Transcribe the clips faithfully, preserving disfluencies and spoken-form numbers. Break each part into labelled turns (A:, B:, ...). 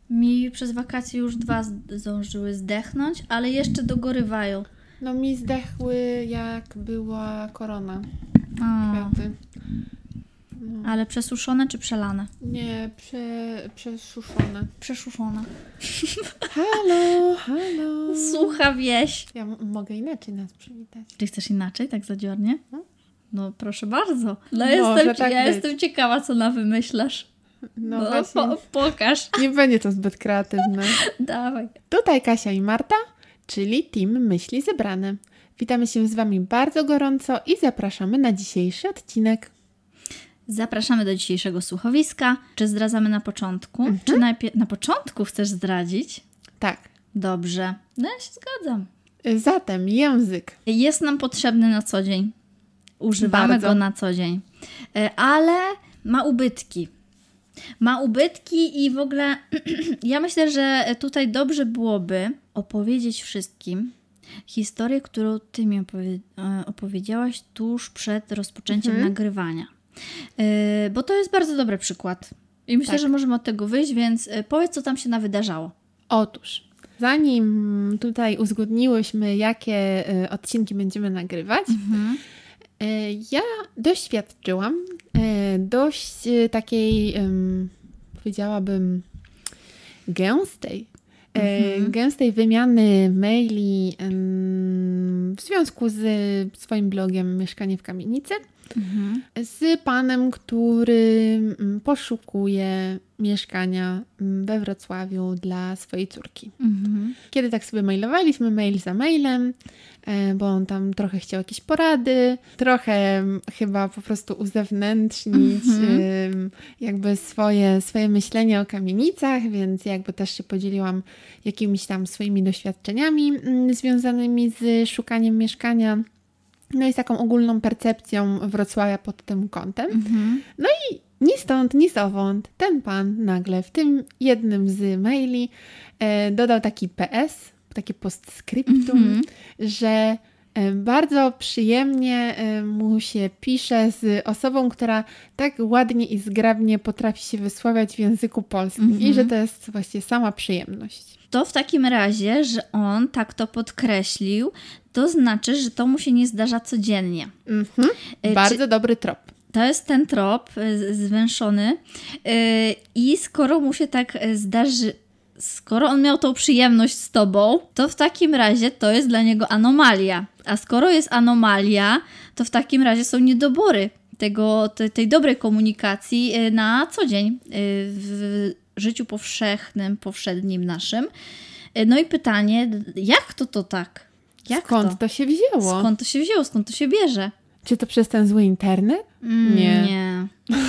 A: Mi przez wakacje już dwa zdążyły zdechnąć, ale jeszcze dogorywają.
B: No mi zdechły jak była korona.
A: O.
B: Kwiaty. No.
A: Ale przesuszone czy przelane?
B: Nie, prze, przeszuszone.
A: Przeszuszone.
B: Halo, halo.
A: Słucha wieś.
B: Ja m- mogę inaczej nas przywitać.
A: Czy chcesz inaczej, tak zadziornie?
B: No,
A: no proszę bardzo. No
B: Może
A: jestem,
B: tak
A: ja
B: być.
A: jestem ciekawa, co na wymyślasz.
B: No,
A: No,
B: właśnie.
A: po, pokaż.
B: Nie będzie to zbyt kreatywne.
A: Dawaj.
B: Tutaj Kasia i Marta, czyli Team Myśli Zebrane. Witamy się z Wami bardzo gorąco i zapraszamy na dzisiejszy odcinek.
A: Zapraszamy do dzisiejszego słuchowiska. Czy zdradzamy na początku?
B: Mhm.
A: Czy najpierw na początku chcesz zdradzić?
B: Tak,
A: Dobrze. No ja się zgadzam.
B: zatem język.
A: Jest nam potrzebny na co dzień. Używamy
B: Bardzo.
A: go na co dzień. E, Ale ma ubytki. Ma ubytki i w ogóle ja myślę, że tutaj dobrze byłoby opowiedzieć wszystkim historię, którą Ty mi opowie- e, opowiedziałaś tuż przed rozpoczęciem
B: Mhm.
A: nagrywania. E, Bo to jest bardzo dobry przykład. I myślę,
B: Tak.
A: że możemy od tego wyjść, więc e, powiedz, co tam się nawydarzało.
B: Otóż, zanim tutaj uzgodniłyśmy, jakie y, odcinki będziemy nagrywać,
A: Mhm.
B: y, ja doświadczyłam y, dość y, takiej, ym, powiedziałabym, gęstej, y,
A: Mhm.
B: gęstej wymiany maili ym, w związku z swoim blogiem Mieszkanie w Kamienicy
A: Mhm.
B: z panem, który mm, poszukuje mieszkania mm, we Wrocławiu dla swojej córki.
A: Mhm.
B: Kiedy tak sobie mailowaliśmy, mail za mailem, e, bo on tam trochę chciał jakieś porady, trochę mm, chyba po prostu uzewnętrznić
A: Mhm.
B: ym, jakby swoje, swoje myślenie o kamienicach, więc jakby też się podzieliłam jakimiś tam swoimi doświadczeniami mm, związanymi z szukaniem mieszkania. No i z taką ogólną percepcją Wrocławia pod tym kątem.
A: Mhm.
B: Ni stąd, ni zowąd ten pan nagle w tym jednym z maili e, dodał taki P S, takie postscriptum,
A: Mhm.
B: że e, bardzo przyjemnie e, mu się pisze z osobą, która tak ładnie i zgrabnie potrafi się wysławiać w języku polskim
A: Mhm.
B: i że to jest właśnie sama przyjemność.
A: To w takim razie, że on tak to podkreślił, to znaczy, że to mu się nie zdarza codziennie.
B: Mhm.
A: E,
B: Bardzo
A: czy-
B: dobry trop.
A: To jest ten trop e, z- zwęszony e, i skoro mu się tak e, zdarzy, skoro on miał tą przyjemność z tobą, to w takim razie to jest dla niego anomalia. A skoro jest anomalia, to w takim razie są niedobory tego, te, tej dobrej komunikacji e, na co dzień e, w życiu powszechnym, powszednim naszym. E, No i pytanie, jak to to tak? Jak
B: Skąd
A: to?
B: to się wzięło?
A: Skąd to się wzięło? Skąd to się bierze?
B: Czy to przez ten zły internet?
A: Mm,
B: Nie.
A: nie.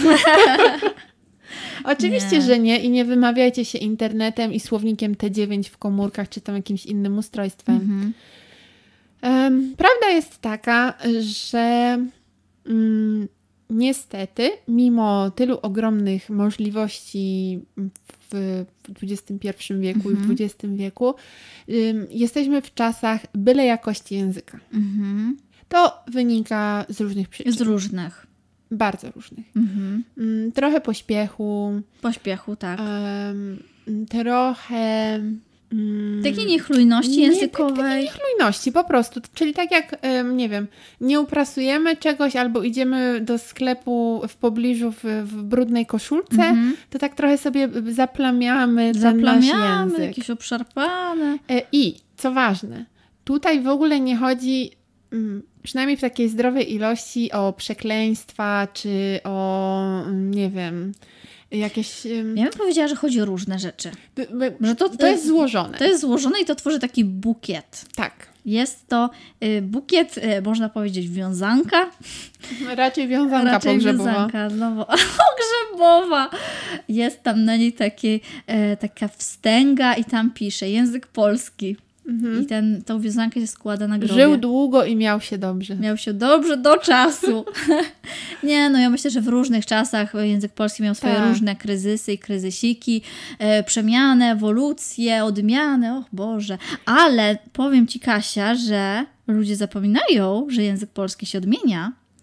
B: Oczywiście,
A: Nie.
B: że nie i nie wymawiajcie się internetem i słownikiem T dziewięć w komórkach, czy tam jakimś innym ustrojstwem.
A: Mhm.
B: Em, prawda jest taka, że mm, niestety, mimo tylu ogromnych możliwości w dwudziestym pierwszym wieku i w
A: Mhm.
B: dwudziestym wieku, ym, jesteśmy w czasach byle jakości języka.
A: Mhm.
B: To wynika z różnych przyczyn.
A: Z różnych.
B: Bardzo różnych.
A: Mhm.
B: Mm, trochę pośpiechu,
A: Pośpiechu, tak.
B: em, trochę... mm,
A: Takiej niechlujności
B: nie,
A: językowej.
B: Takiej niechlujności, po prostu. Czyli tak jak, em, nie wiem, nie uprasujemy czegoś albo idziemy do sklepu w pobliżu w, w brudnej koszulce,
A: Mhm.
B: to tak trochę sobie zaplamiamy ten nasz
A: Zaplamiamy,
B: język.
A: jakieś obszarpane.
B: E, I, co ważne, tutaj w ogóle nie chodzi, mm, przynajmniej w takiej zdrowej ilości, o przekleństwa, czy o, mm, nie wiem, jakieś... em,
A: Ja bym powiedziała, że chodzi o różne rzeczy.
B: d- b-
A: Że to,
B: to jest złożone.
A: To jest złożone i to tworzy taki bukiet.
B: Tak.
A: Jest to y, bukiet, y, można powiedzieć, wiązanka.
B: Raczej wiązanka
A: Raczej
B: pogrzebowa.
A: wiązanka, no bo pogrzebowa. Jest tam na niej taki, e, taka wstęga i tam pisze język polski.
B: Mhm.
A: I ten, tą wiązankę się składa na grobie.
B: Żył długo i miał się dobrze.
A: Miał się dobrze do czasu. Nie, no ja myślę, że w różnych czasach język polski miał swoje
B: Tak.
A: różne kryzysy i kryzysiki, e, przemiany, ewolucje, odmiany, och Boże. Ale powiem Ci, Kasia, że ludzie zapominają, że język polski się odmienia,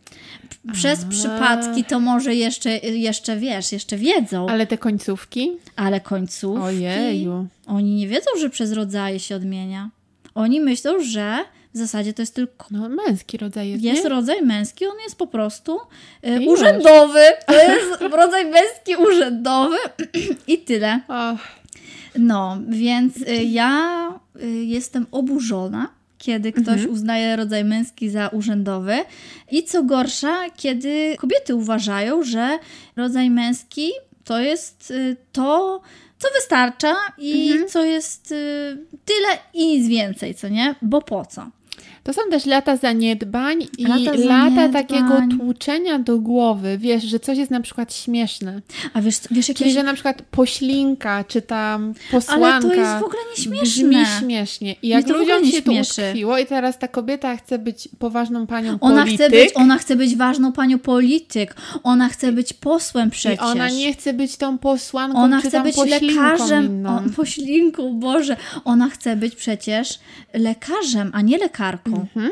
A: przez
B: A.
A: przypadki to może jeszcze, jeszcze wiesz, jeszcze wiedzą.
B: Ale te końcówki?
A: Ale końcówki...
B: Ojeju.
A: Oni nie wiedzą, że przez rodzaje się odmienia. Oni myślą, że w zasadzie to jest tylko...
B: No męski rodzaj jest,
A: Jest
B: nie?
A: rodzaj męski, on jest po prostu e,
B: I
A: urzędowy. To jest rodzaj męski urzędowy i tyle.
B: Och.
A: No, więc y, ja y, jestem oburzona, kiedy ktoś
B: Mhm.
A: uznaje rodzaj męski za urzędowy i co gorsza, kiedy kobiety uważają, że rodzaj męski to jest y, to, co wystarcza i
B: Mhm.
A: co jest y, tyle i nic więcej, co nie? Bo po co?
B: To są też lata zaniedbań i
A: Lata
B: lata,
A: zaniedbań.
B: takiego tłuczenia do głowy, wiesz, że coś jest na przykład śmieszne.
A: A wiesz, wiesz jakieś...
B: Czyli, że na przykład poślinka, czy tam posłanka
A: Ale to jest w ogóle
B: brzmi
A: nieśmieszne.
B: śmiesznie. I jak
A: to w ogóle
B: ludziom
A: nie
B: się to
A: śmieszy.
B: utkwiło i teraz ta kobieta chce być poważną panią
A: Ona
B: polityk,
A: chce, być, ona chce być ważną panią polityk, ona chce być posłem przecież.
B: i ona nie chce być tą posłanką,
A: Ona
B: czy
A: chce
B: tam
A: być
B: poślinką
A: lekarzem,
B: inną.
A: o, poślinką, Boże. Ona chce być przecież lekarzem, a nie lekarką.
B: Mhm.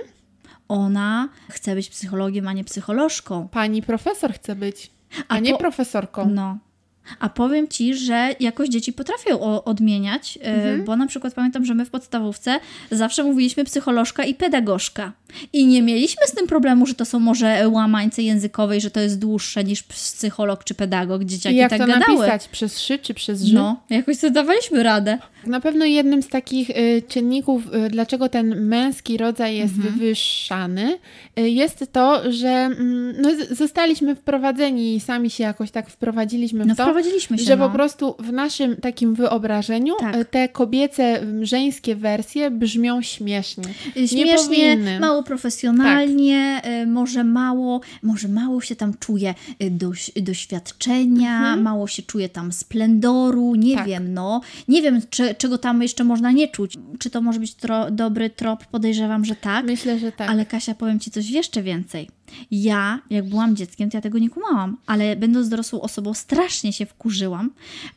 A: Ona chce być psychologiem, a nie psycholożką.
B: Pani profesor chce być, a,
A: A
B: nie
A: po-
B: profesorką.
A: No. A powiem Ci, że jakoś dzieci potrafią o, odmieniać,
B: Mhm.
A: y, bo na przykład pamiętam, że my w podstawówce zawsze mówiliśmy psycholożka i pedagogzka. I nie mieliśmy z tym problemu, że to są może łamańce językowe i że to jest dłuższe niż psycholog czy pedagog. Dzieciaki
B: I jak
A: tak
B: to
A: gadały.
B: napisać? Przez szy czy przez ży?
A: No, jakoś sobie dawaliśmy radę.
B: Na pewno jednym z takich y, czynników, y, dlaczego ten męski rodzaj jest
A: Mhm.
B: wywyższany, y, jest to, że mm, no, z- zostaliśmy wprowadzeni i sami się jakoś tak wprowadziliśmy w
A: No
B: to,
A: wprowadziliśmy się,
B: że
A: no.
B: po prostu w naszym takim wyobrażeniu
A: Tak.
B: y, te kobiece, y, żeńskie wersje brzmią śmiesznie.
A: Śmiesznie,
B: powinny.
A: mało profesjonalnie, y, może mało, może mało się tam czuje y, doś, doświadczenia,
B: Mhm.
A: mało się czuje tam splendoru, nie
B: Tak.
A: wiem, no. Nie wiem, czy, czego tam jeszcze można nie czuć. Czy to może być tro, dobry trop? Podejrzewam, że tak.
B: Myślę, że tak.
A: Ale Kasia, powiem Ci coś jeszcze więcej. Ja, jak byłam dzieckiem, to ja tego nie kumałam, ale będąc dorosłą osobą, strasznie się wkurzyłam,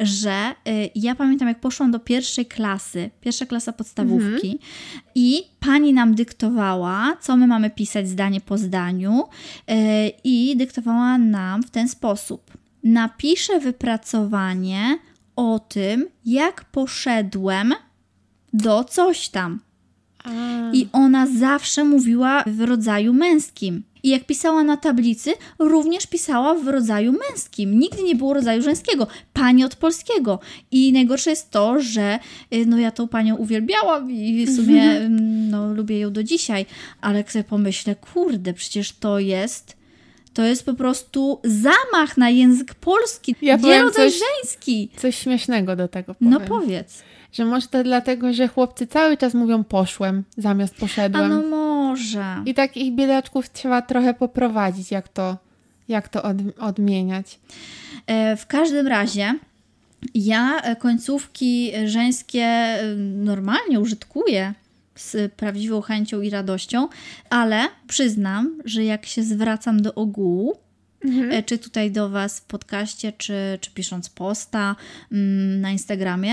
A: że y, ja pamiętam, jak poszłam do pierwszej klasy, pierwsza klasa podstawówki
B: Mhm.
A: i pani nam dyktowała, co my mamy pisać zdanie po zdaniu y, i dyktowała nam w ten sposób. Napiszę wypracowanie o tym, jak poszedłem do coś tam.
B: A,
A: I ona zawsze mówiła w rodzaju męskim. I jak pisała na tablicy, również pisała w rodzaju męskim. Nigdy nie było rodzaju żeńskiego. Pani od polskiego. I najgorsze jest to, że y, no ja tą panią uwielbiałam i w sumie mm, no, lubię ją do dzisiaj. Ale jak sobie pomyślę, kurde, przecież to jest... To jest po prostu zamach na język polski.
B: Ja
A: Gdzie
B: powiem
A: rodzaj
B: coś-
A: żeński?
B: coś śmiesznego do tego powiem.
A: No powiedz.
B: Że może to dlatego, że chłopcy cały czas mówią poszłem zamiast
A: A
B: poszedłem.
A: no może.
B: I takich biedaczków trzeba trochę poprowadzić, jak to, jak to od, odmieniać.
A: E, W każdym razie ja e, końcówki żeńskie e, normalnie użytkuję z prawdziwą chęcią i radością, ale przyznam, że jak się zwracam do ogółu,
B: Mhm.
A: e, czy tutaj do Was w podcaście, czy, czy pisząc posta mm, na Instagramie,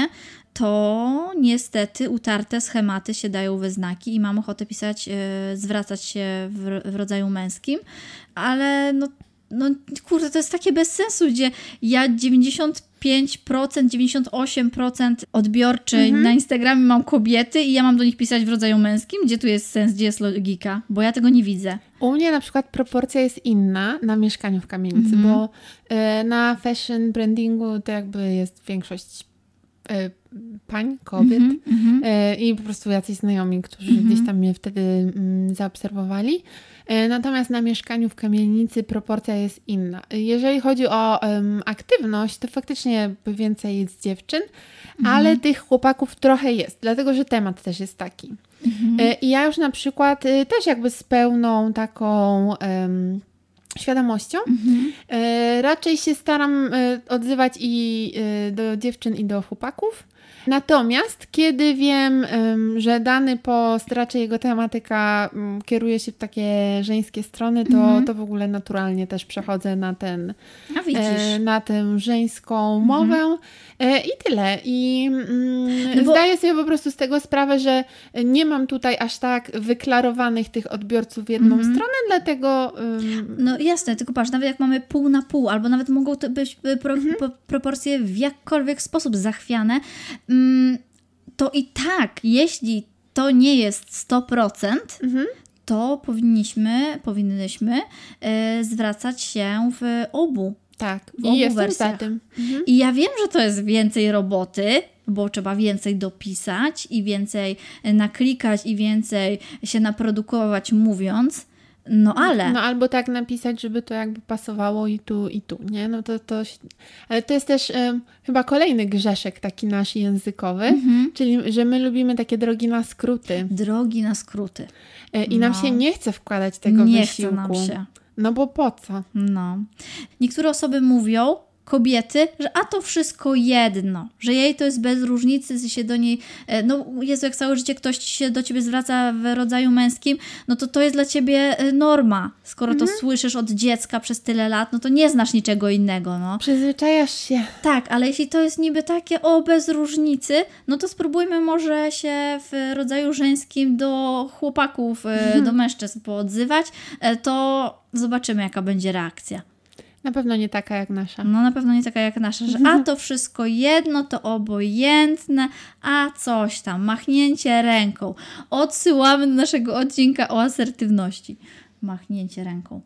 A: to niestety utarte schematy się dają we znaki i mam ochotę pisać, e, zwracać się w, w rodzaju męskim, ale no, no kurde, to jest takie bez sensu, gdzie ja dziewięćdziesiąt pięć procent, dziewięćdziesiąt osiem procent odbiorczy
B: Mhm.
A: na Instagramie mam kobiety i ja mam do nich pisać w rodzaju męskim. Gdzie tu jest sens, gdzie jest logika? Bo ja tego nie widzę.
B: U mnie na przykład proporcja jest inna na mieszkaniu w kamienicy,
A: Mhm.
B: bo e, na fashion brandingu to jakby jest większość e, pań, kobiet
A: Mhm, mhm.
B: e, i po prostu jacyś znajomi, którzy
A: Mhm.
B: gdzieś tam mnie wtedy mm, zaobserwowali. E, natomiast na mieszkaniu w kamienicy proporcja jest inna. Jeżeli chodzi o em, aktywność, to faktycznie więcej jest dziewczyn,
A: Mhm.
B: ale tych chłopaków trochę jest, dlatego że temat też jest taki.
A: Mhm.
B: E, I ja już na przykład e, też jakby z pełną taką em, świadomością
A: Mhm.
B: e, raczej się staram e, odzywać i e, do dziewczyn i do chłopaków. Natomiast kiedy wiem, em, że dany post, raczej jego tematyka mm, kieruje się w takie żeńskie strony, to,
A: Mhm.
B: to w ogóle naturalnie też przechodzę na ten
A: A widzisz.
B: e, na tę żeńską
A: Mhm.
B: mowę e, i tyle. I mm,
A: No bo-
B: zdaję sobie po prostu z tego sprawę, że nie mam tutaj aż tak wyklarowanych tych odbiorców w jedną
A: Mhm.
B: stronę, dlatego ym,
A: No ja jasne, tylko patrz, nawet jak mamy pół na pół, albo nawet mogą to być pro, mhm. pro, proporcje w jakkolwiek sposób zachwiane, mm, to i tak, jeśli to nie jest sto procent, mhm. to powinniśmy, powinnyśmy y, zwracać się w obu.
B: Tak,
A: w
B: i
A: obu
B: jestem
A: wersjach.
B: za tym. Mhm.
A: I ja wiem, że to jest więcej roboty, bo trzeba więcej dopisać i więcej naklikać i więcej się naprodukować mówiąc, no ale...
B: No albo tak napisać, żeby to jakby pasowało i tu, i tu, nie? No to, to... Ale to jest też um, chyba kolejny grzeszek taki nasz językowy, mhm. czyli że my lubimy takie drogi na skróty.
A: Drogi na skróty.
B: I nam
A: no.
B: się nie chce wkładać tego
A: nie
B: wysiłku.
A: Nie chce nam się.
B: No bo po co?
A: No. Niektóre osoby mówią, kobiety, że a to wszystko jedno, że jej to jest bez różnicy, się do niej, no Jezu, jak całe życie ktoś się do ciebie zwraca w rodzaju męskim, no to to jest dla ciebie norma. Skoro mhm. to słyszysz od dziecka przez tyle lat, no to nie znasz niczego innego, no.
B: Przyzwyczajasz się.
A: Tak, ale jeśli to jest niby takie o bez różnicy, no to spróbujmy może się w rodzaju żeńskim do chłopaków, mhm. do mężczyzn poodzywać, to zobaczymy, jaka będzie reakcja.
B: Na pewno nie taka jak nasza.
A: No na pewno nie taka jak nasza, że a to wszystko jedno, to obojętne, a coś tam, machnięcie ręką. Odsyłamy do naszego odcinka o asertywności. Machnięcie ręką.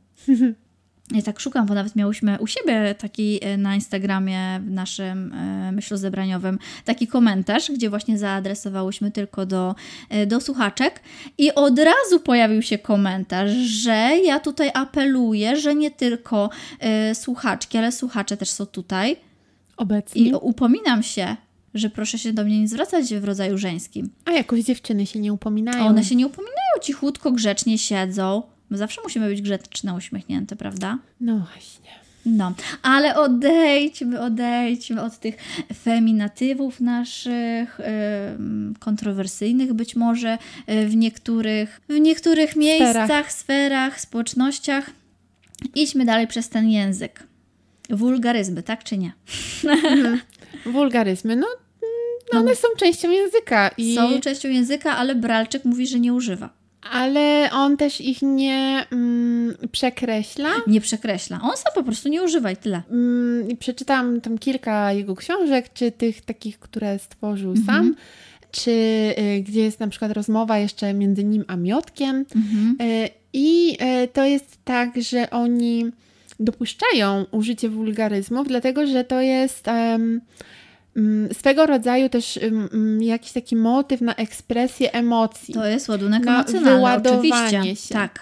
A: Ja tak szukam, bo nawet miałyśmy u siebie taki na Instagramie w naszym e, myślozebraniowym taki komentarz, gdzie właśnie zaadresowałyśmy tylko do, e, do słuchaczek i od razu pojawił się komentarz, że ja tutaj apeluję, że nie tylko e, słuchaczki, ale słuchacze też są tutaj.
B: Obecni.
A: I upominam się, że proszę się do mnie nie zwracać w rodzaju żeńskim.
B: A jakoś dziewczyny się nie upominają.
A: One się nie upominają, cichutko, grzecznie siedzą. My zawsze musimy być grzeczne, uśmiechnięte, prawda?
B: No właśnie.
A: No, ale odejdźmy, odejdźmy od tych feminatywów naszych, yy, kontrowersyjnych być może yy, w niektórych, w niektórych miejscach, sferach. sferach, społecznościach. Idźmy dalej przez ten język. Wulgaryzmy, tak czy nie?
B: Mhm. Wulgaryzmy, no, no one są częścią języka. I...
A: Są częścią języka, ale Bralczyk mówi, że nie używa.
B: Ale on też ich nie mm, przekreśla.
A: Nie przekreśla. On sam po prostu nie używa i tyle.
B: Mm, przeczytałam tam kilka jego książek, czy tych takich, które stworzył mhm. sam, czy y, gdzie jest na przykład rozmowa jeszcze między nim a Miotkiem. Mhm. Y, I y, to jest tak, że oni dopuszczają użycie wulgaryzmów, dlatego że to jest... Um, swego rodzaju też um, jakiś taki motyw na ekspresję emocji.
A: To jest ładunek emocjonalny, oczywiście.
B: Się.
A: Tak.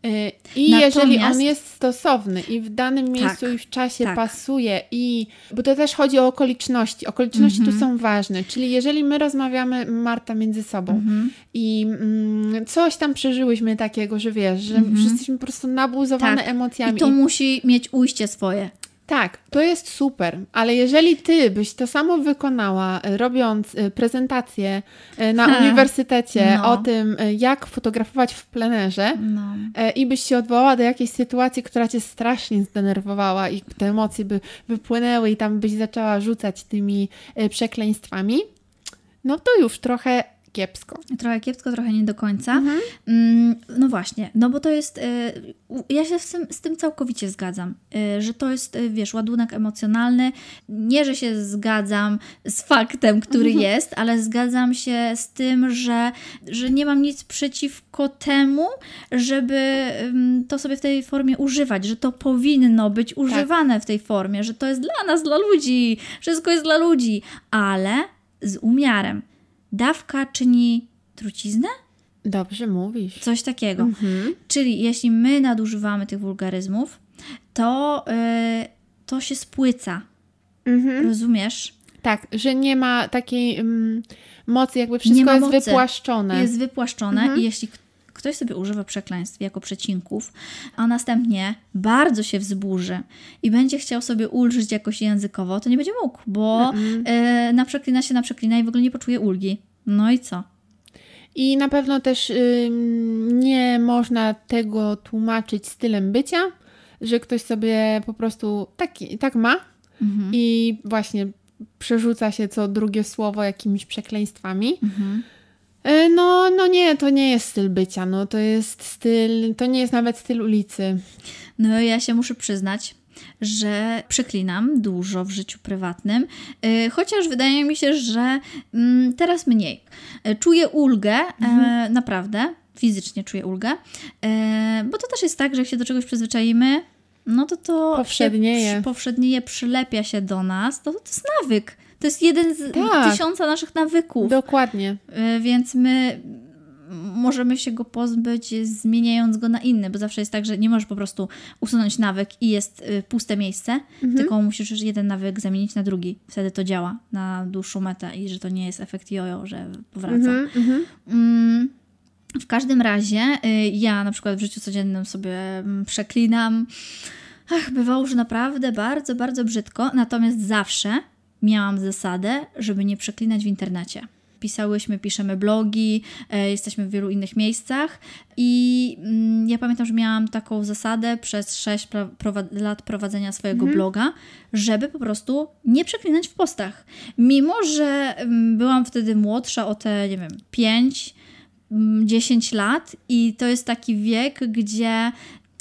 B: I Natomiast... jeżeli on jest stosowny i w danym miejscu
A: tak,
B: i w czasie
A: tak.
B: pasuje i... Bo to też chodzi o okoliczności. Okoliczności mm-hmm. tu są ważne. Czyli jeżeli my rozmawiamy, Marta, między sobą mm-hmm. i mm, coś tam przeżyłyśmy takiego, że wiesz, że mm-hmm. wszyscy jesteśmy po prostu nabuzowane
A: tak.
B: emocjami.
A: I to I... musi mieć ujście swoje.
B: Tak, to jest super, ale jeżeli ty byś to samo wykonała, robiąc prezentację na ha, uniwersytecie no. o tym, jak fotografować w plenerze no. i byś się odwołała do jakiejś sytuacji, która cię strasznie zdenerwowała i te emocje by wypłynęły i tam byś zaczęła rzucać tymi przekleństwami, no to już trochę kiepsko.
A: Trochę kiepsko, trochę nie do końca.
B: Mhm.
A: No właśnie, no bo to jest, ja się z tym, z tym całkowicie zgadzam, że to jest, wiesz, ładunek emocjonalny. Nie, że się zgadzam z faktem, który mhm. jest, ale zgadzam się z tym, że, że nie mam nic przeciwko temu, żeby to sobie w tej formie używać, że to powinno być używane tak. w tej formie, że to jest dla nas, dla ludzi, wszystko jest dla ludzi, ale z umiarem. Dawka czyni truciznę?
B: Dobrze mówisz.
A: Coś takiego.
B: Mhm.
A: Czyli jeśli my nadużywamy tych wulgaryzmów, to, yy, to się spłyca. Mhm. Rozumiesz?
B: Tak, że nie ma takiej um, mocy, jakby wszystko jest mocy. wypłaszczone.
A: Jest wypłaszczone
B: mhm.
A: i jeśli ktoś sobie używa przekleństw jako przecinków, a następnie bardzo się wzburzy i będzie chciał sobie ulżyć jakoś językowo, to nie będzie mógł, bo y, na przeklina się na przeklina i w ogóle nie poczuje ulgi. No i co?
B: I na pewno też y, nie można tego tłumaczyć stylem bycia, że ktoś sobie po prostu taki, tak ma mhm. i właśnie przerzuca się co drugie słowo jakimiś przekleństwami. Mhm. No, no nie, to nie jest styl bycia, no to jest styl, to nie jest nawet styl ulicy.
A: No ja się muszę przyznać, że przeklinam dużo w życiu prywatnym, yy, chociaż wydaje mi się, że yy, teraz mniej. Yy, czuję ulgę, mhm. yy, naprawdę, fizycznie czuję ulgę, yy, bo to też jest tak, że jak się do czegoś przyzwyczaimy, no to to
B: powszednieje,
A: przy, powszednieje przylepia się do nas, to, to jest nawyk. To jest jeden z
B: tak,
A: tysiąca naszych nawyków.
B: Dokładnie.
A: Yy, więc my możemy się go pozbyć, zmieniając go na inny, bo zawsze jest tak, że nie możesz po prostu usunąć nawyk i jest y, puste miejsce, mhm. tylko musisz już jeden nawyk zamienić na drugi. Wtedy to działa na dłuższą metę i że to nie jest efekt jojo, że powraca. Mhm, mhm. Mm, w każdym razie y, ja na przykład w życiu codziennym sobie mm, przeklinam. Ach, bywało, że naprawdę bardzo, bardzo brzydko, natomiast zawsze miałam zasadę, żeby nie przeklinać w internecie. Pisałyśmy, piszemy blogi, e, jesteśmy w wielu innych miejscach i mm, ja pamiętam, że miałam taką zasadę przez sześć pra- prowa- lat prowadzenia swojego mhm. bloga, żeby po prostu nie przeklinać w postach. Mimo, że mm, byłam wtedy młodsza o te, nie wiem, pięć, dziesięć lat i to jest taki wiek, gdzie,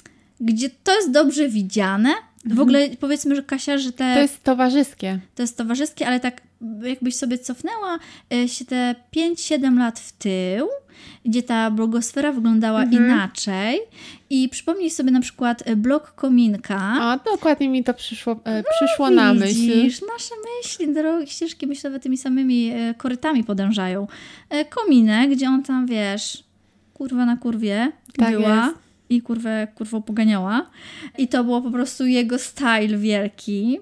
A: gdzie to jest dobrze widziane. W mhm. ogóle powiedzmy, że Kasia, że te...
B: To jest towarzyskie.
A: To jest towarzyskie, ale tak jakbyś sobie cofnęła się te pięć siedem lat w tył, gdzie ta blogosfera wyglądała mhm. inaczej i przypomnij sobie na przykład blog Kominka.
B: O, dokładnie mi to przyszło, e, przyszło no, na myśl.
A: Widzisz, nasze myśli, drogie ścieżki myślowe tymi samymi e, korytami podążają. E, Kominek, gdzie on tam, wiesz, kurwa na kurwie
B: tak
A: była.
B: Jest.
A: I kurwę, kurwą poganiała. I to było po prostu jego style wielki.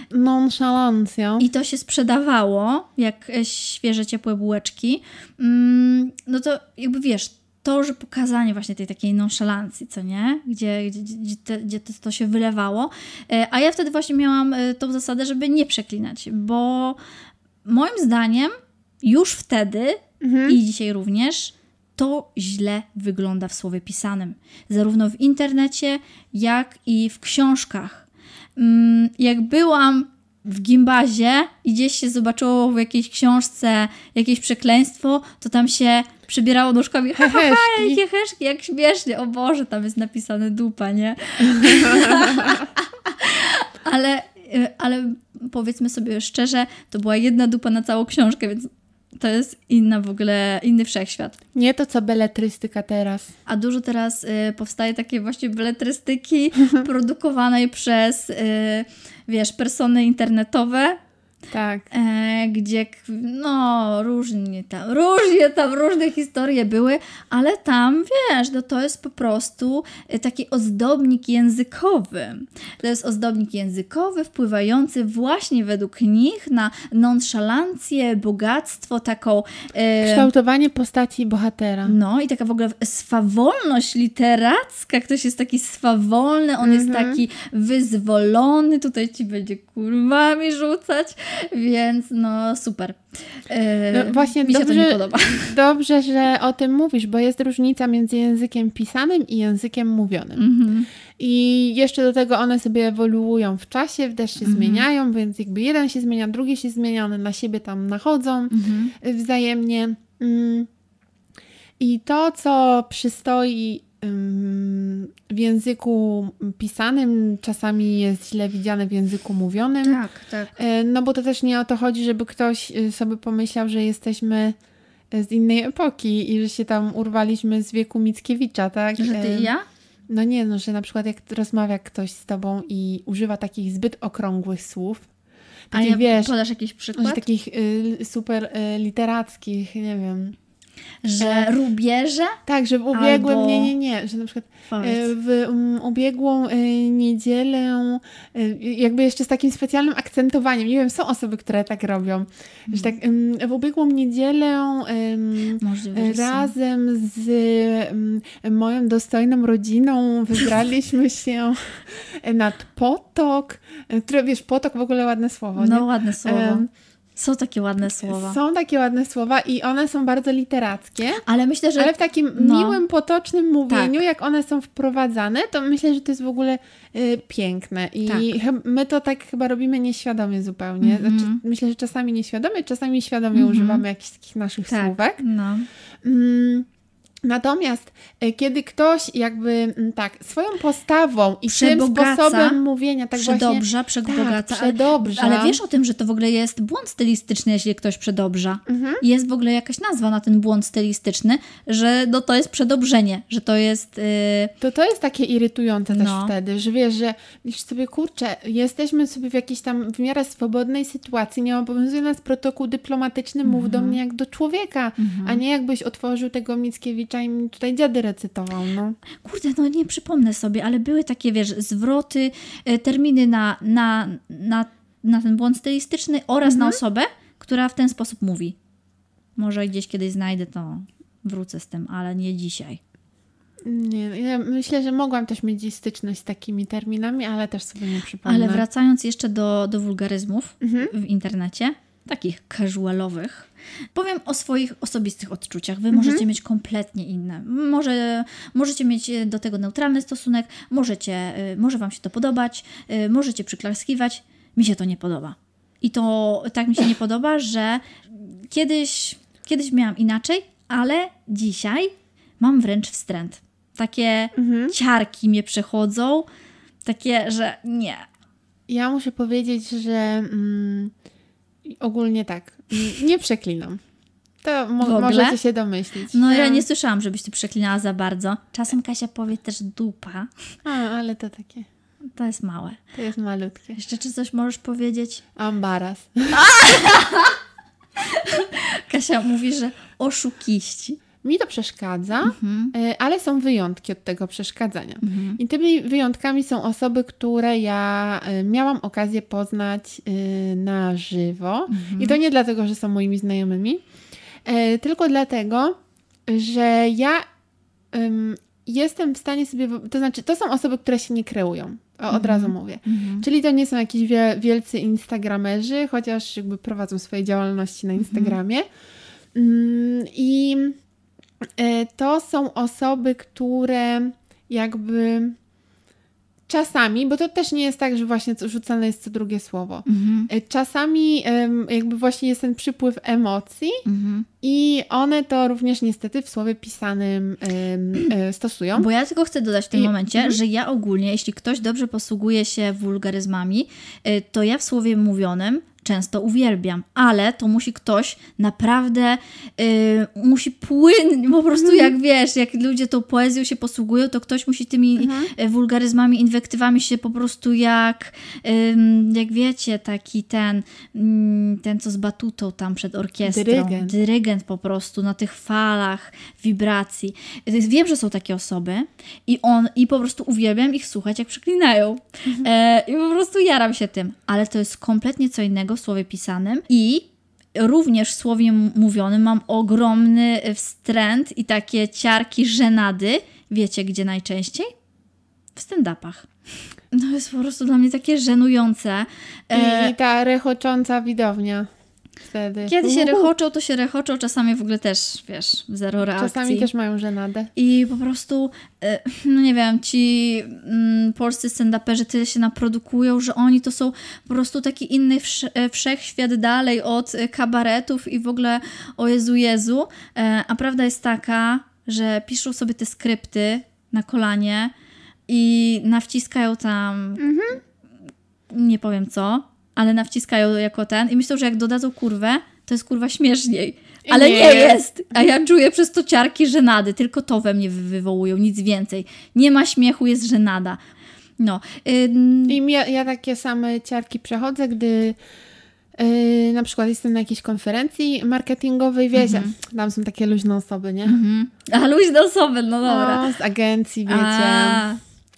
B: Nonszalancja.
A: I to się sprzedawało, jak świeże, ciepłe bułeczki. Mm, no to jakby wiesz, to, że pokazanie właśnie tej takiej nonszalancji, co nie? Gdzie, gdzie, gdzie, te, gdzie to, to się wylewało. A ja wtedy właśnie miałam tą zasadę, żeby nie przeklinać, bo moim zdaniem już wtedy mhm. i dzisiaj również to źle wygląda w słowie pisanym. Zarówno w internecie, jak i w książkach. Jak byłam w gimbazie i gdzieś się zobaczyło w jakiejś książce jakieś przekleństwo, to tam się przybierało nóżkami ha, ha, ha, jakie heszki, jak śmiesznie. O Boże, tam jest napisane dupa, nie? ale, ale powiedzmy sobie szczerze, to była jedna dupa na całą książkę, więc to jest inna w ogóle, inny wszechświat.
B: Nie to, co beletrystyka teraz.
A: A dużo teraz y, powstaje takiej właśnie beletrystyki produkowanej przez, y, wiesz, persony internetowe.
B: Tak.
A: E, gdzie, no, różnie tam, różnie tam, różne historie były, ale tam, wiesz, no to jest po prostu taki ozdobnik językowy. To jest ozdobnik językowy wpływający właśnie według nich na nonszalancję, bogactwo, taką... E,
B: kształtowanie postaci bohatera.
A: No i taka w ogóle swawolność literacka. Ktoś jest taki swawolny, on mm-hmm. jest taki wyzwolony, tutaj ci będzie kurwami rzucać. Więc no super. Yy,
B: no właśnie
A: mi się
B: dobrze,
A: to nie podoba.
B: Dobrze, że o tym mówisz, bo jest różnica między językiem pisanym i językiem mówionym. Mm-hmm. I jeszcze do tego one sobie ewoluują w czasie, też się mm-hmm. zmieniają, więc jakby jeden się zmienia, drugi się zmienia, one na siebie tam nachodzą mm-hmm. wzajemnie. Mm. I to, co przystoi w języku pisanym czasami jest źle widziane w języku mówionym.
A: Tak, tak.
B: No bo to też nie o to chodzi, żeby ktoś sobie pomyślał, że jesteśmy z innej epoki i że się tam urwaliśmy z wieku Mickiewicza, tak?
A: Że ty i ja?
B: No nie, no, że na przykład jak rozmawia ktoś z tobą i używa takich zbyt okrągłych słów, takich,
A: a ja
B: wiesz,
A: podasz jakiś przykład?
B: Takich y, super y, literackich, nie wiem.
A: Że e, rubieże?
B: Tak, że w ubiegłym, albo... nie, nie, nie, że na przykład e, w um, ubiegłą e, niedzielę e, jakby jeszcze z takim specjalnym akcentowaniem, nie wiem, są osoby, które tak robią, mm. że tak um, w ubiegłą niedzielę um, Możliwe, razem z um, moją dostojną rodziną wybraliśmy się nad potok, które, wiesz, potok w ogóle ładne słowo,
A: no
B: nie?
A: ładne słowo. Um, Są takie ładne słowa.
B: Są takie ładne słowa i one są bardzo literackie.
A: Ale myślę, że...
B: Ale w takim
A: no.
B: miłym, potocznym mówieniu,
A: tak.
B: jak one są wprowadzane, to myślę, że to jest w ogóle y, piękne. I
A: tak.
B: my to tak chyba robimy nieświadomie zupełnie. Mm-hmm. Znaczy, myślę, że czasami nieświadomie, czasami świadomie mm-hmm. używamy jakichś takich naszych
A: tak.
B: słówek.
A: No.
B: Mm. Natomiast kiedy ktoś jakby tak swoją postawą i tym sposobem mówienia tak
A: przedobrza,
B: właśnie,
A: przebogaca,
B: tak, przedobrza.
A: Ale, ale wiesz o tym, że to w ogóle jest błąd stylistyczny, jeśli ktoś przedobrza. Mhm. Jest w ogóle jakaś nazwa na ten błąd stylistyczny, że no, to jest przedobrzenie, że to jest... Yy...
B: To to jest takie irytujące
A: no.
B: też wtedy, że wiesz, że myślisz sobie, kurczę, jesteśmy sobie w jakiejś tam w miarę swobodnej sytuacji, nie obowiązuje nas protokół dyplomatyczny, mhm. mów do mnie jak do człowieka, mhm. a nie jakbyś otworzył tego Mickiewicza i mi tutaj dziady recytował, no.
A: Kurde, no nie przypomnę sobie, ale były takie, wiesz, zwroty, terminy na, na, na, na ten błąd stylistyczny oraz mhm. na osobę, która w ten sposób mówi. Może gdzieś kiedyś znajdę, to wrócę z tym, ale nie dzisiaj.
B: Nie, ja myślę, że mogłam też mieć dziś styczność z takimi terminami, ale też sobie nie przypomnę.
A: Ale wracając jeszcze do, do wulgaryzmów mhm. w internecie, takich casualowych, powiem o swoich osobistych odczuciach. Wy mhm. możecie mieć kompletnie inne. Może, możecie mieć do tego neutralny stosunek, możecie, może Wam się to podobać, możecie przyklaskiwać. Mi się to nie podoba. I to tak mi się nie podoba, że kiedyś, kiedyś miałam inaczej, ale dzisiaj mam wręcz wstręt. Takie mhm. ciarki mnie przechodzą, takie, że nie.
B: Ja muszę powiedzieć, że mm, ogólnie tak, nie przeklinam. To mo- możecie się domyślić.
A: No ja nie słyszałam, żebyś ty przeklinała za bardzo. Czasem Kasia powie też dupa.
B: A, ale to takie...
A: To jest małe.
B: To jest malutkie.
A: Jeszcze czy coś możesz powiedzieć?
B: Ambaras.
A: Kasia mówi, że oszukiści.
B: Mi to przeszkadza, mhm. ale są wyjątki od tego przeszkadzania. Mhm. I tymi wyjątkami są osoby, które ja miałam okazję poznać na żywo. Mhm. I to nie dlatego, że są moimi znajomymi, tylko dlatego, że ja um, jestem w stanie sobie... To znaczy, to są osoby, które się nie kreują. O, od mhm. razu mówię. Mhm. Czyli to nie są jakieś wie, wielcy instagramerzy, chociaż jakby prowadzą swoje działalności na Instagramie. Mhm. I... To są osoby, które jakby czasami, bo to też nie jest tak, że właśnie rzucane jest co drugie słowo. Mhm. Czasami jakby właśnie jest ten przypływ emocji mhm. i one to również niestety w słowie pisanym um, stosują.
A: Bo ja tylko chcę dodać w tym I, momencie, mhm. że ja ogólnie, jeśli ktoś dobrze posługuje się wulgaryzmami, to ja w słowie mówionym często uwielbiam, ale to musi ktoś naprawdę yy, musi płynąć, po prostu mhm. jak wiesz, jak ludzie tą poezją się posługują, to ktoś musi tymi mhm. wulgaryzmami, inwektywami się po prostu jak yy, jak wiecie, taki ten yy, ten, co z batutą tam przed orkiestrą.
B: Dyrygent.
A: Dyrygent po prostu na tych falach wibracji. Wiem, że są takie osoby i on, i po prostu uwielbiam ich słuchać, jak przeklinają. Mhm. E, I po prostu jaram się tym. Ale to jest kompletnie co innego w słowie pisanym i również w słowie mówionym mam ogromny wstręt i takie ciarki żenady. Wiecie, gdzie najczęściej? W stand-upach. No jest po prostu dla mnie takie żenujące.
B: E... I ta rechocząca widownia. Wtedy.
A: Kiedy się rechoczą, to się rechoczą, czasami w ogóle też, wiesz, zero reakcji.
B: Czasami też mają żenadę.
A: I po prostu, no nie wiem, ci mm, polscy stand-uperzy tyle się naprodukują, że oni to są po prostu taki inny wsz- wszechświat dalej od kabaretów i w ogóle o Jezu Jezu. A prawda jest taka, że piszą sobie te skrypty na kolanie i nawciskają tam, mhm. nie powiem co, ale nawciskają jako ten i myślą, że jak dodadzą kurwę, to jest kurwa śmieszniej. Ale nie, nie jest. A ja czuję przez to ciarki żenady. Tylko to we mnie wywołują, nic więcej. Nie ma śmiechu, jest żenada. No. Ym...
B: I ja, ja takie same ciarki przechodzę, gdy yy, na przykład jestem na jakiejś konferencji marketingowej, wiecie, mm-hmm. tam są takie luźne osoby, nie?
A: Mm-hmm. A luźne osoby, no dobra.
B: No, z agencji, wiecie. A.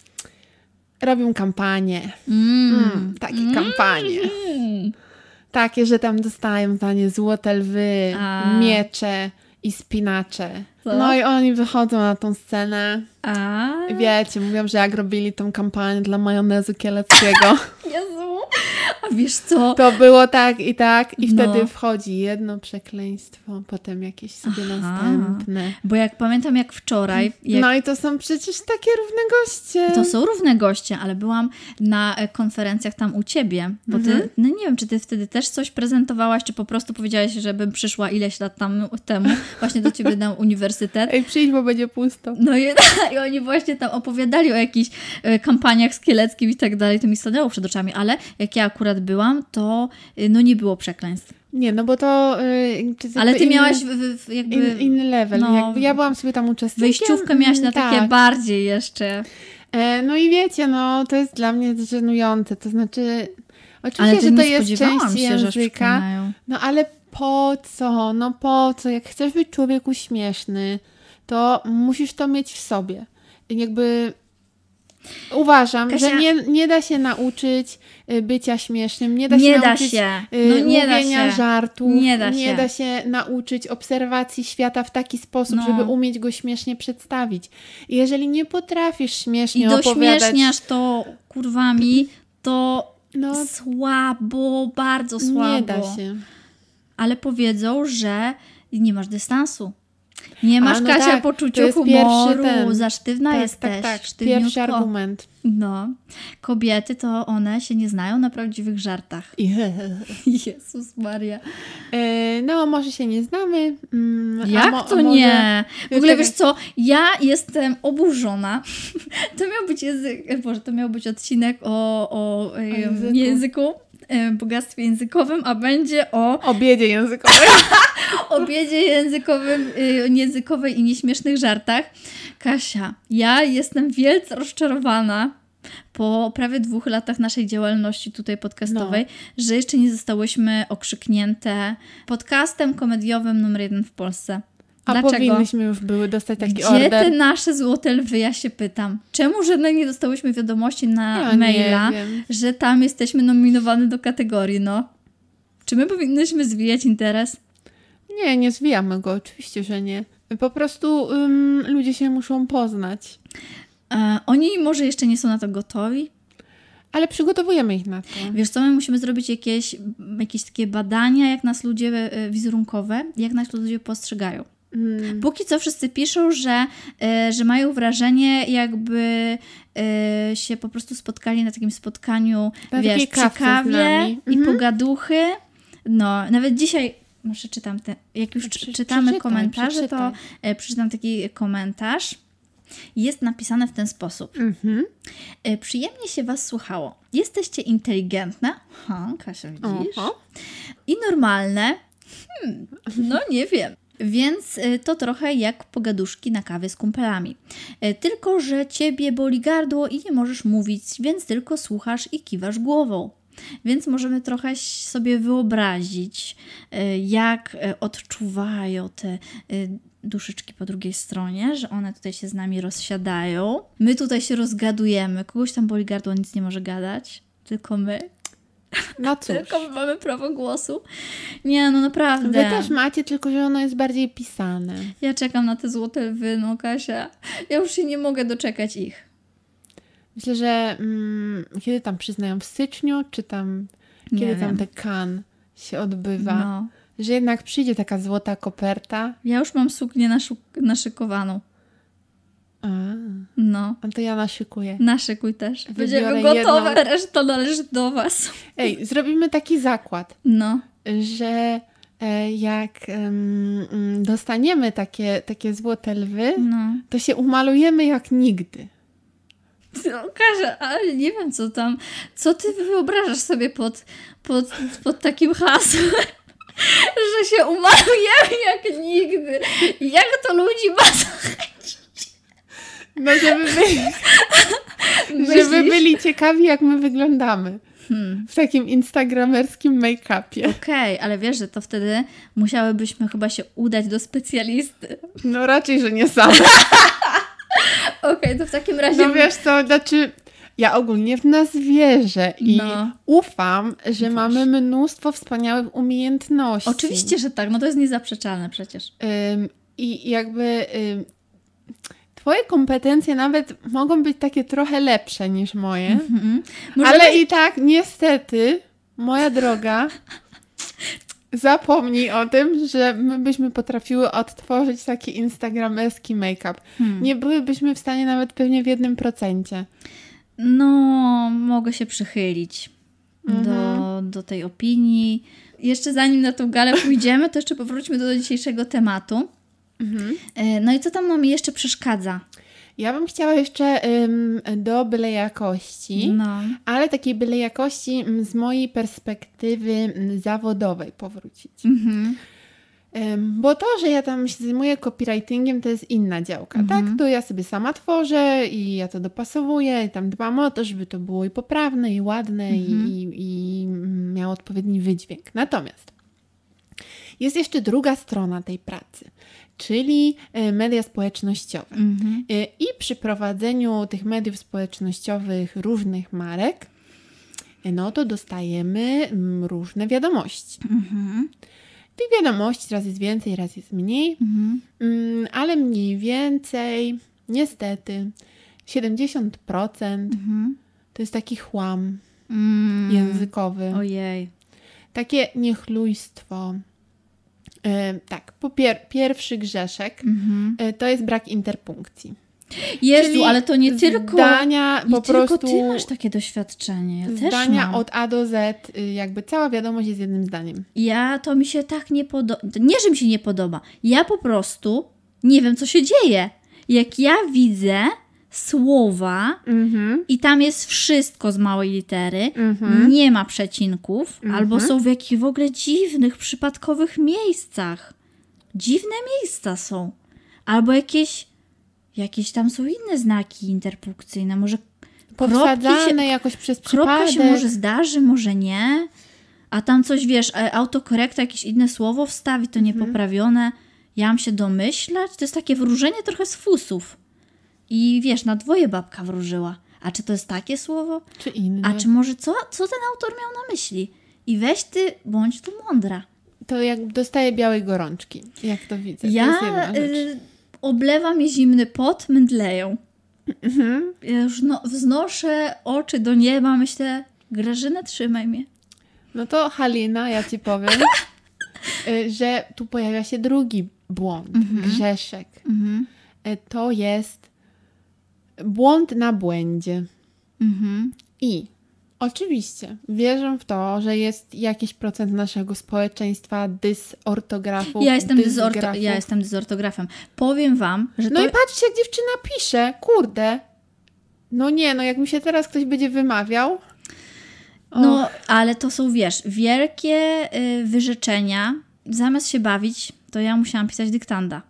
B: Robią kampanie.
A: Mm.
B: Mm, takie mm. kampanie. Takie, że tam dostają za nie złote lwy, A. miecze i spinacze. Co? No i oni wychodzą na tą scenę.
A: A.
B: Wiecie, mówią, że jak robili tą kampanię dla majonezu kieleckiego.
A: Jezu, a wiesz co?
B: To było tak i tak i
A: No.
B: wtedy wchodzi jedno przekleństwo, potem jakieś sobie
A: Aha.
B: następne.
A: Bo jak pamiętam, jak wczoraj, jak
B: No i to są przecież takie równe goście.
A: to są równe goście, ale byłam na e, konferencjach tam u ciebie, bo ty,
B: Mhm.
A: no nie wiem, czy ty wtedy też coś prezentowałaś, czy po prostu powiedziałaś, żebym przyszła ileś lat tam, temu właśnie do ciebie na uniwersytet.
B: Ej, przyjdź, bo będzie pusto.
A: No i, i oni właśnie tam opowiadali o jakichś e, kampaniach skieleckim i tak dalej, to mi stanęło przed oczami, ale jak ja akurat byłam, to e, no nie było przekleństw.
B: Nie, no bo to... Yy, to jest
A: Ale
B: jakby
A: ty
B: inny,
A: miałaś w, w, w jakby
B: in, inny level.
A: no,
B: jakby ja byłam sobie tam uczestnikiem.
A: wejściówkę miałaś na
B: mm,
A: takie
B: tak.
A: bardziej jeszcze.
B: E, no i wiecie, no to jest dla mnie żenujące. To znaczy, oczywiście,
A: Ale to
B: że to
A: nie
B: jest
A: spodziewałam
B: część
A: się, że
B: języka,
A: przypominają.
B: no ale po co? No po co? Jak chcesz być człowieku śmieszny, to musisz to mieć w sobie. I jakby uważam,
A: Kasia-
B: że nie, nie da się nauczyć y, bycia śmiesznym, nie da się
A: Nie da
B: nauczyć
A: się.
B: y,
A: No nie da
B: mówienia
A: się.
B: żartów,
A: Nie da się.
B: da się nauczyć obserwacji świata w taki sposób,
A: No.
B: żeby umieć go śmiesznie przedstawić. I jeżeli nie potrafisz
A: I
B: śmiesznie opowiadać...
A: dośmieszniasz to kurwami, to
B: No,
A: słabo, bardzo słabo.
B: nie da się.
A: Ale powiedzą, że nie masz dystansu. Nie masz,
B: A, no
A: Kasia,
B: tak, to
A: poczucia
B: jest
A: humoru,
B: pierwszy ten.
A: za sztywna
B: Tak,
A: jesteś.
B: tak, tak.
A: sztywniutko.
B: Pierwszy argument.
A: No. Kobiety to one się nie znają na prawdziwych żartach. Jezus Maria.
B: E, no, może się nie znamy. Mm, a
A: Jak
B: mo-
A: to
B: a może-
A: nie? W ogóle
B: Czekaj.
A: wiesz co, ja jestem oburzona. To miał być język, Boże, to miał być odcinek o, o, em,
B: języku.
A: nie języku, em, bogactwie językowym, a będzie o
B: O biedzie językowej.
A: obiedzie językowym, y, językowej i nieśmiesznych żartach. Kasia, ja jestem wielce rozczarowana po prawie dwóch latach naszej działalności tutaj podcastowej,
B: No.
A: że jeszcze nie zostałyśmy okrzyknięte podcastem komediowym numer jeden w Polsce.
B: A
A: Dlaczego?
B: powinnyśmy już były dostać taki
A: Gdzie
B: order.
A: te nasze złote lwy, ja się pytam. Czemu żadnej nie dostałyśmy wiadomości na
B: Ja
A: maila,
B: nie wiem.
A: że tam jesteśmy nominowane do kategorii, no? Czy my powinnyśmy zwijać interes?
B: Nie, nie zwijamy go, oczywiście, że nie. Po prostu ym, ludzie się muszą poznać.
A: E, oni może jeszcze nie są na to gotowi.
B: Ale przygotowujemy ich na to.
A: Wiesz co, my musimy zrobić jakieś, jakieś takie badania, jak nas ludzie e, wizerunkowe, jak nas ludzie postrzegają.
B: Mm.
A: Póki co wszyscy piszą, że, e, że mają wrażenie, jakby e, się po prostu spotkali na takim spotkaniu,
B: Na
A: wiesz,
B: takiej
A: przy
B: kawce z
A: kawie
B: nami.
A: i
B: Mhm.
A: pogaduchy. No, nawet dzisiaj, może czytam te, jak już
B: Prze-
A: czytamy
B: przeczytaj,
A: komentarze,
B: przeczytaj.
A: to e, przeczytam taki komentarz. Jest napisane w ten sposób.
B: Mhm.
A: E, Przyjemnie się Was słuchało. Jesteście inteligentne. Ha, Kasia, widzisz?
B: Oho.
A: I normalne. Hmm, no nie wiem. Więc y, to trochę jak pogaduszki na kawie z kumplami. Y, Tylko, że ciebie boli gardło i nie możesz mówić, więc tylko słuchasz i kiwasz głową. Więc możemy trochę sobie wyobrazić, y, jak y, odczuwają te y, duszyczki po drugiej stronie, że one tutaj się z nami rozsiadają. My tutaj się rozgadujemy. Kogoś tam boli gardło, nic nie może gadać. Tylko my.
B: No cóż.
A: Tylko my mamy prawo głosu. Nie, no naprawdę.
B: Wy też macie, tylko że ono jest bardziej pisane.
A: Ja czekam na te złote lwy, no Kasia. Ja już się nie mogę doczekać ich.
B: Myślę, że mm, kiedy tam przyznają w styczniu, czy tam
A: Nie
B: kiedy
A: wiem.
B: tam te kan się odbywa,
A: No.
B: że jednak przyjdzie taka złota koperta.
A: Ja już mam suknię naszu- naszykowaną.
B: A,
A: No.
B: a to ja naszykuję.
A: Naszykuj też. Będziemy
B: Wybiorę
A: gotowe,
B: jedną.
A: reszta należy do Was.
B: Ej, zrobimy taki zakład,
A: No.
B: że e, jak em, mm, dostaniemy takie, takie złote lwy,
A: No.
B: to się umalujemy jak nigdy.
A: No, Kasia, ale nie wiem co tam. Co ty wyobrażasz sobie pod, pod, pod takim hasłem? Że się umalujemy jak nigdy. Jak to ludzi ma zachęcić?
B: No, żeby byli, żeby
A: Myślisz?
B: byli ciekawi, jak my wyglądamy.
A: Hmm.
B: W takim instagramerskim make-upie.
A: Okej, ale wiesz, że to wtedy musiałybyśmy chyba się udać do specjalisty.
B: No raczej, że nie same.
A: Okej, to w takim razie...
B: No wiesz co, znaczy ja ogólnie w nas wierzę i
A: No.
B: ufam, że
A: Ufasz.
B: mamy mnóstwo wspaniałych umiejętności.
A: Oczywiście, że tak, no to jest niezaprzeczalne przecież.
B: Ym, I jakby ym, twoje kompetencje nawet mogą być takie trochę lepsze niż moje,
A: Mhm. Może
B: ale
A: być-
B: i tak niestety moja droga, zapomnij o tym, że my byśmy potrafiły odtworzyć taki instagramerski make-up. Hmm. Nie byłybyśmy w stanie nawet pewnie w jednym procencie.
A: No, mogę się przychylić mhm. do, do tej opinii. Jeszcze zanim na tą galę pójdziemy, to jeszcze powróćmy do dzisiejszego tematu. Mhm. No i co tam nam jeszcze przeszkadza?
B: Ja bym chciała jeszcze ym, do byle jakości,
A: no.
B: ale takiej byle jakości z mojej perspektywy zawodowej powrócić.
A: Mhm.
B: Ym, bo to, że ja tam się zajmuję copywritingiem, to jest inna działka,
A: mhm.
B: tak? To ja sobie sama tworzę i ja to dopasowuję i tam dbam o to, żeby to było i poprawne, i ładne, mhm. i, i, i miało odpowiedni wydźwięk. Natomiast jest jeszcze druga strona tej pracy, czyli media społecznościowe.
A: Mhm.
B: I przy prowadzeniu tych mediów społecznościowych różnych marek, no to dostajemy różne wiadomości.
A: Mhm.
B: Tych wiadomości raz jest więcej, raz jest mniej,
A: mhm.
B: ale mniej więcej, niestety, siedemdziesiąt procent
A: mhm.
B: to jest taki chłam
A: mm.
B: językowy.
A: Ojej.
B: Takie niechlujstwo. Yy, tak, po pier- pierwszy grzeszek
A: mhm.
B: yy, to jest brak interpunkcji.
A: Jezu,
B: czyli
A: ale to nie tylko
B: zdania
A: nie
B: po
A: tylko
B: prostu
A: ty masz takie doświadczenie. Ja
B: zdania
A: też mam.
B: od A do Z, yy, jakby cała wiadomość jest jednym zdaniem.
A: Ja to mi się tak nie podoba. Nie, że mi się nie podoba. Ja po prostu nie wiem, co się dzieje. Jak ja widzę słowa
B: mhm.
A: i tam jest wszystko z małej litery,
B: mhm.
A: nie ma przecinków,
B: mhm.
A: albo są w jakichś w ogóle dziwnych, przypadkowych miejscach. Dziwne miejsca są. Albo jakieś, jakieś tam są inne znaki interpunkcyjne. Może
B: powsadzane się, jakoś przez
A: kropka
B: przypadek.
A: się może zdarzy, może nie. A tam coś, wiesz, autokorekta, jakieś inne słowo wstawi, to niepoprawione. Ja mam się domyślać. To jest takie wróżenie trochę z fusów. I wiesz, na dwoje babka wróżyła. A czy to jest takie słowo?
B: Czy inne?
A: A czy może co, co ten autor miał na myśli? I weź ty, bądź tu mądra.
B: To jak dostaję białej gorączki, jak to widzę.
A: Ja
B: to jest jedna rzecz.
A: y, oblewa mnie zimny pot, mydleją.
B: Mhm.
A: Ja już no, wznoszę oczy do nieba, myślę, Grażyna, trzymaj mnie.
B: No to Halina, ja ci powiem, y, że tu pojawia się drugi błąd,
A: mhm.
B: grzeszek.
A: Mhm.
B: Y, to jest błąd na błędzie.
A: Mhm.
B: I oczywiście wierzę w to, że jest jakiś procent naszego społeczeństwa dysortografów.
A: Ja jestem,
B: dysgrafów.
A: dysorto- ja jestem dysortografem. Powiem wam, że
B: No
A: to...
B: i patrzcie, jak dziewczyna pisze. Kurde. No nie, no jak mi się teraz ktoś będzie wymawiał. Och.
A: No, ale to są, wiesz, wielkie y, wyrzeczenia. Zamiast się bawić, to ja musiałam pisać dyktanda.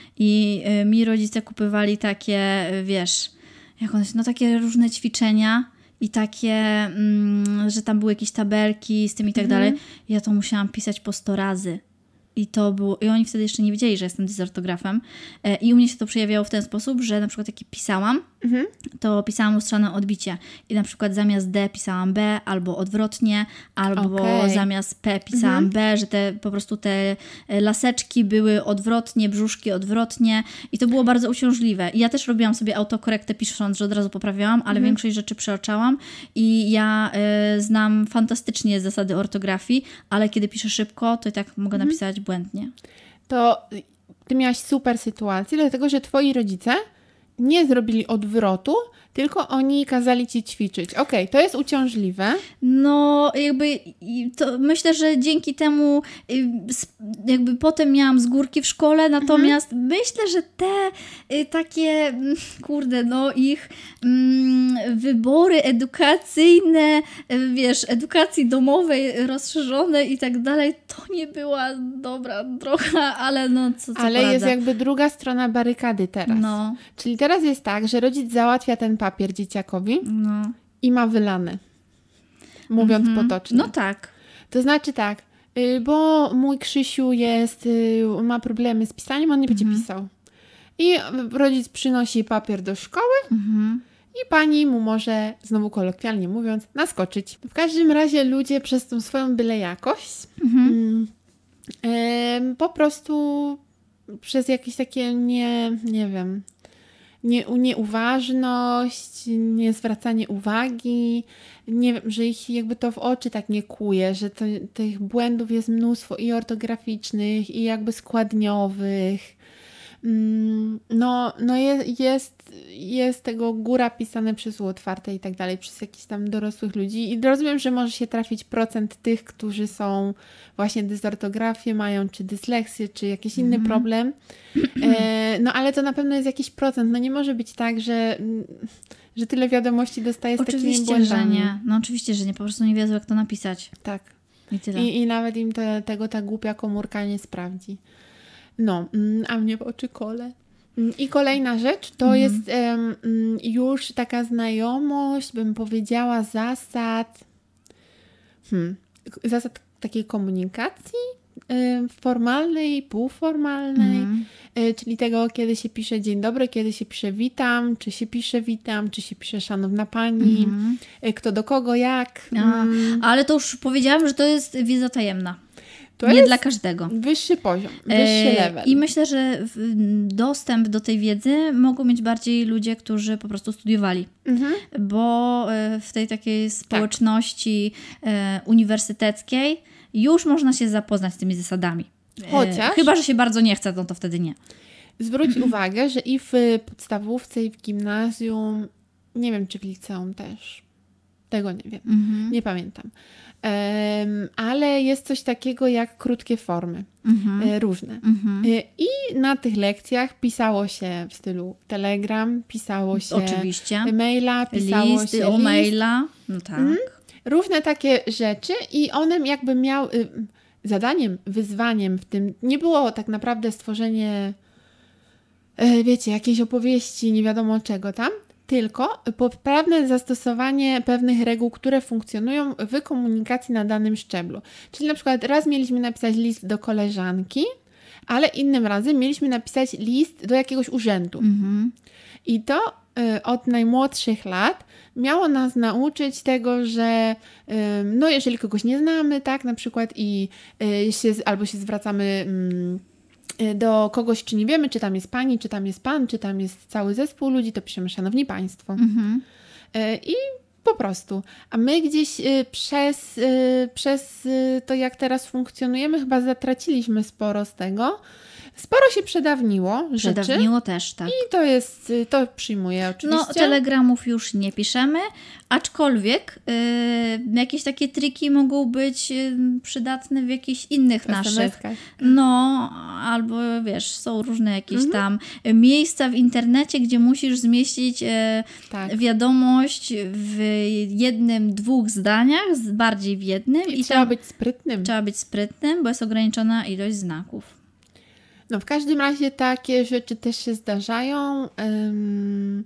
A: I y, mi rodzice kupywali takie, y, wiesz, jak one się, no takie różne ćwiczenia i takie, mm, że tam były jakieś tabelki z tym i tak
B: mhm.
A: dalej. Ja to musiałam pisać po sto razy. I to było, i oni wtedy jeszcze nie wiedzieli, że jestem dysortografem. E, I u mnie się to przejawiało w ten sposób, że na przykład jak pisałam,
B: mhm.
A: to pisałam lustrzane odbicie. I na przykład zamiast D pisałam B, albo odwrotnie, albo
B: okay.
A: zamiast P pisałam
B: mhm.
A: B, że te po prostu te laseczki były odwrotnie, brzuszki odwrotnie. I to było bardzo uciążliwe. I ja też robiłam sobie autokorektę pisząc, że od razu poprawiałam, ale mhm. większość rzeczy przeoczałam. I ja y, znam fantastycznie zasady ortografii, ale kiedy piszę szybko, to i tak mogę mhm. napisać błędnie.
B: To ty miałaś super sytuację, dlatego że twoi rodzice nie zrobili odwrotu, tylko oni kazali ci ćwiczyć. Okej, okay, to jest uciążliwe.
A: No, jakby to myślę, że dzięki temu jakby potem miałam z górki w szkole, natomiast mhm. myślę, że te takie, kurde, no ich mm, wybory edukacyjne, wiesz, edukacji domowej rozszerzonej i tak dalej, to nie była dobra droga, ale no co, co
B: Ale
A: poradzę.
B: jest jakby druga strona barykady teraz.
A: No.
B: Czyli teraz jest tak, że rodzic załatwia ten papier dzieciakowi
A: no.
B: i ma wylane. Mówiąc mhm. potocznie.
A: No tak.
B: To znaczy tak, yy, bo mój Krzysiu jest, yy, ma problemy z pisaniem, on nie będzie mhm. pisał. I rodzic przynosi papier do szkoły
A: mhm.
B: i pani mu może, znowu kolokwialnie mówiąc, naskoczyć. W każdym razie ludzie przez tą swoją byle jakość
A: mhm.
B: yy, yy, po prostu przez jakieś takie nie, nie wiem... nie, nieuważność, niezwracanie uwagi, nie wiem, że ich jakby to w oczy tak nie kuje, że to, tych błędów jest mnóstwo i ortograficznych, i jakby składniowych. No, no jest, jest, jest tego góra pisane przez U otwarte i tak dalej, przez jakichś tam dorosłych ludzi i rozumiem, że może się trafić procent tych, którzy są właśnie dysortografię mają, czy dysleksję, czy jakiś inny mm. problem, e, no ale to na pewno jest jakiś procent, no nie może być tak, że, że tyle wiadomości dostaje z
A: oczywiście,
B: takimi błędami.
A: Oczywiście, że nie, no oczywiście, że nie, po prostu nie wiedzą, jak to napisać.
B: Tak.
A: I tyle.
B: I, i nawet im te, tego ta głupia komórka nie sprawdzi. No, a mnie w oczy kole. I kolejna rzecz to mhm. jest um, już taka znajomość, bym powiedziała, zasad hmm, zasad takiej komunikacji um, formalnej, półformalnej, mhm. y, czyli tego, kiedy się pisze dzień dobry, kiedy się pisze witam, czy się pisze witam, czy się pisze szanowna pani, mhm. y, kto do kogo, jak.
A: A, um, ale to już powiedziałam, że to jest wiedza tajemna. To nie dla każdego.
B: Wyższy poziom, wyższy level.
A: I myślę, że dostęp do tej wiedzy mogą mieć bardziej ludzie, którzy po prostu studiowali. Mhm. Bo w tej takiej społeczności tak. uniwersyteckiej już można się zapoznać z tymi zasadami.
B: Chociaż...
A: Chyba, że się bardzo nie chce, no to wtedy nie.
B: Zwróć uwagę, że i w podstawówce, i w gimnazjum, nie wiem, czy w liceum też. Tego nie wiem. Mhm. Nie pamiętam. Um, ale jest coś takiego jak krótkie formy. Mhm. E, różne. Mhm. E, I na tych lekcjach pisało się w stylu telegram, pisało się
A: oczywiście.
B: maila, pisało
A: Listy
B: się
A: o
B: list.
A: maila. No tak. Mhm.
B: Różne takie rzeczy i one jakby miały y, zadaniem, wyzwaniem w tym nie było tak naprawdę stworzenie y, wiecie, jakiejś opowieści, nie wiadomo czego tam, tylko poprawne zastosowanie pewnych reguł, które funkcjonują w komunikacji na danym szczeblu. Czyli na przykład raz mieliśmy napisać list do koleżanki, ale innym razem mieliśmy napisać list do jakiegoś urzędu. Mhm. I to y, od najmłodszych lat miało nas nauczyć tego, że y, no jeżeli kogoś nie znamy, tak, na przykład i y, się, albo się zwracamy y, do kogoś, czy nie wiemy, czy tam jest pani, czy tam jest pan, czy tam jest cały zespół ludzi, to piszemy szanowni państwo. Mhm. Y, I po prostu. A my gdzieś y, przez, y, przez y, to, jak teraz funkcjonujemy, chyba zatraciliśmy sporo z tego. Sporo się przedawniło rzeczy.
A: Przedawniło też, tak.
B: I to jest, to przyjmuję oczywiście.
A: No, telegramów już nie piszemy, aczkolwiek yy, jakieś takie triki mogą być yy, przydatne w jakichś innych naszych. No, albo wiesz, są różne jakieś mhm. tam miejsca w internecie, gdzie musisz zmieścić yy, tak. wiadomość w jednym, dwóch zdaniach, bardziej w jednym.
B: I,
A: I
B: trzeba
A: tam,
B: być sprytnym.
A: Trzeba być sprytnym, bo jest ograniczona ilość znaków.
B: No w każdym razie takie rzeczy też się zdarzają ym,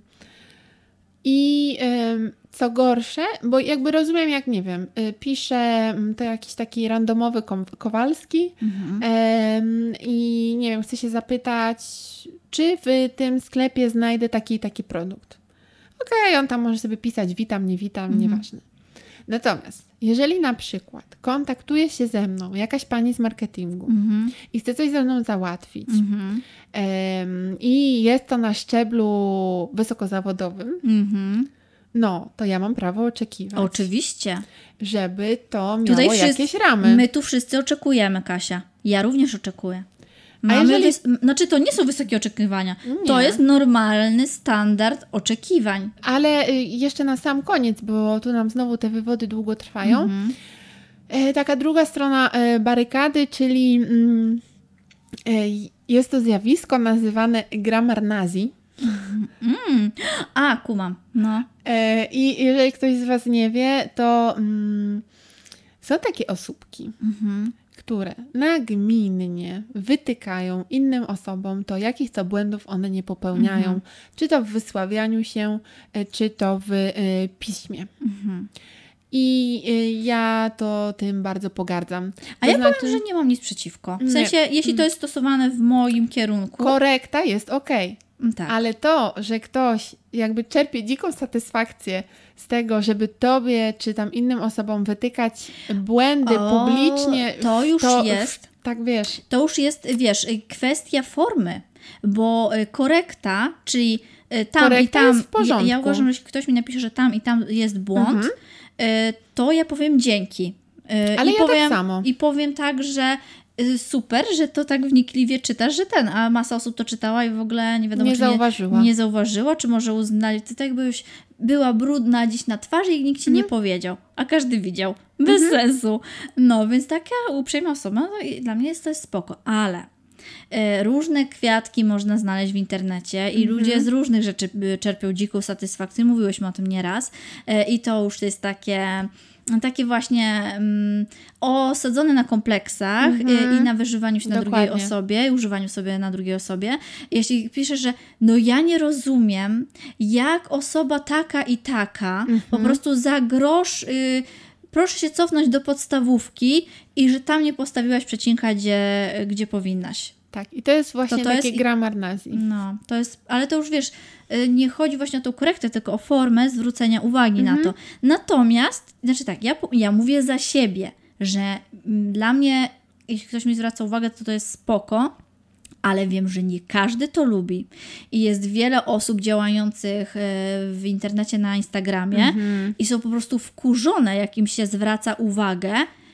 B: i ym, co gorsze, bo jakby rozumiem, jak nie wiem, y, pisze to jakiś taki randomowy Kowalski mhm. ym, i nie wiem, chcę się zapytać, czy w tym sklepie znajdę taki i taki produkt. Okej, okay, on tam może sobie pisać witam, nie witam, mhm. nieważne. Natomiast jeżeli na przykład kontaktuje się ze mną jakaś pani z marketingu mm-hmm. i chce coś ze mną załatwić mm-hmm. um, i jest to na szczeblu wysokozawodowym, mm-hmm. no to ja mam prawo oczekiwać.
A: Oczywiście.
B: Żeby to miało
A: Tutaj
B: jakieś
A: wszyscy,
B: ramy.
A: My tu wszyscy oczekujemy, Kasia. Ja również oczekuję. Mamy jeżeli... wys... Znaczy to nie są wysokie oczekiwania. Nie. To jest normalny standard oczekiwań.
B: Ale jeszcze na sam koniec, bo tu nam znowu te wywody długo trwają. Mhm. E, taka druga strona e, barykady, czyli mm, e, jest to zjawisko nazywane grammar nazi.
A: Mm. A, kumam. No.
B: E, I jeżeli ktoś z Was nie wie, to mm, są takie osóbki, mhm. które nagminnie wytykają innym osobom to, jakich to błędów one nie popełniają. Mhm. Czy to w wysławianiu się, czy to w y, piśmie. Mhm. I y, ja to tym bardzo pogardzam. To
A: A ja
B: znaczy...
A: powiem, że nie mam nic przeciwko. W sensie, nie. jeśli to jest stosowane w moim kierunku.
B: Korekta jest okej. Okay.
A: Tak.
B: Ale to, że ktoś jakby czerpie dziką satysfakcję z tego, żeby tobie czy tam innym osobom wytykać błędy o, publicznie.
A: To już to, jest.
B: Tak wiesz.
A: To już jest, wiesz, kwestia formy, bo korekta, czyli tam
B: Korekta
A: i tam,
B: jest w porządku.
A: ja, ja uważam, że jeśli ktoś mi napisze, że tam i tam jest błąd, mhm. to ja powiem dzięki.
B: Ale
A: I
B: ja
A: powiem,
B: tak samo.
A: I powiem tak, że super, że to tak wnikliwie czytasz, że ten, a masa osób to czytała i w ogóle nie wiadomo,
B: nie
A: czy
B: zauważyła.
A: Nie, nie zauważyła, czy może uznali, ty tak byś była brudna dziś na twarzy i nikt ci mm. nie powiedział, a każdy widział. Bez mm-hmm. sensu. No, więc taka uprzejma osoba, no i dla mnie jest to jest spoko, ale e, różne kwiatki można znaleźć w internecie i mm-hmm. ludzie z różnych rzeczy czerpią dziką satysfakcję, mówiłyśmy o tym nieraz e, i to już jest takie takie właśnie um, osadzone na kompleksach mm-hmm. i, i na wyżywaniu się na Dokładnie. drugiej osobie, i używaniu sobie na drugiej osobie. Jeśli piszesz, że no ja nie rozumiem, jak osoba taka i taka mm-hmm. po prostu za grosz... Y, proszę się cofnąć do podstawówki i że tam nie postawiłaś przecinka, gdzie, gdzie powinnaś.
B: Tak, i to jest właśnie to, to taki jest, grammar nazi.
A: No, to jest, ale to już wiesz, nie chodzi właśnie o tą korektę, tylko o formę zwrócenia uwagi mhm. na to. Natomiast, znaczy tak, ja, ja mówię za siebie, że dla mnie, jeśli ktoś mi zwraca uwagę, to to jest spoko, ale wiem, że nie każdy to lubi. I jest wiele osób działających w internecie, na Instagramie mhm. i są po prostu wkurzone, jak im się zwraca uwagę.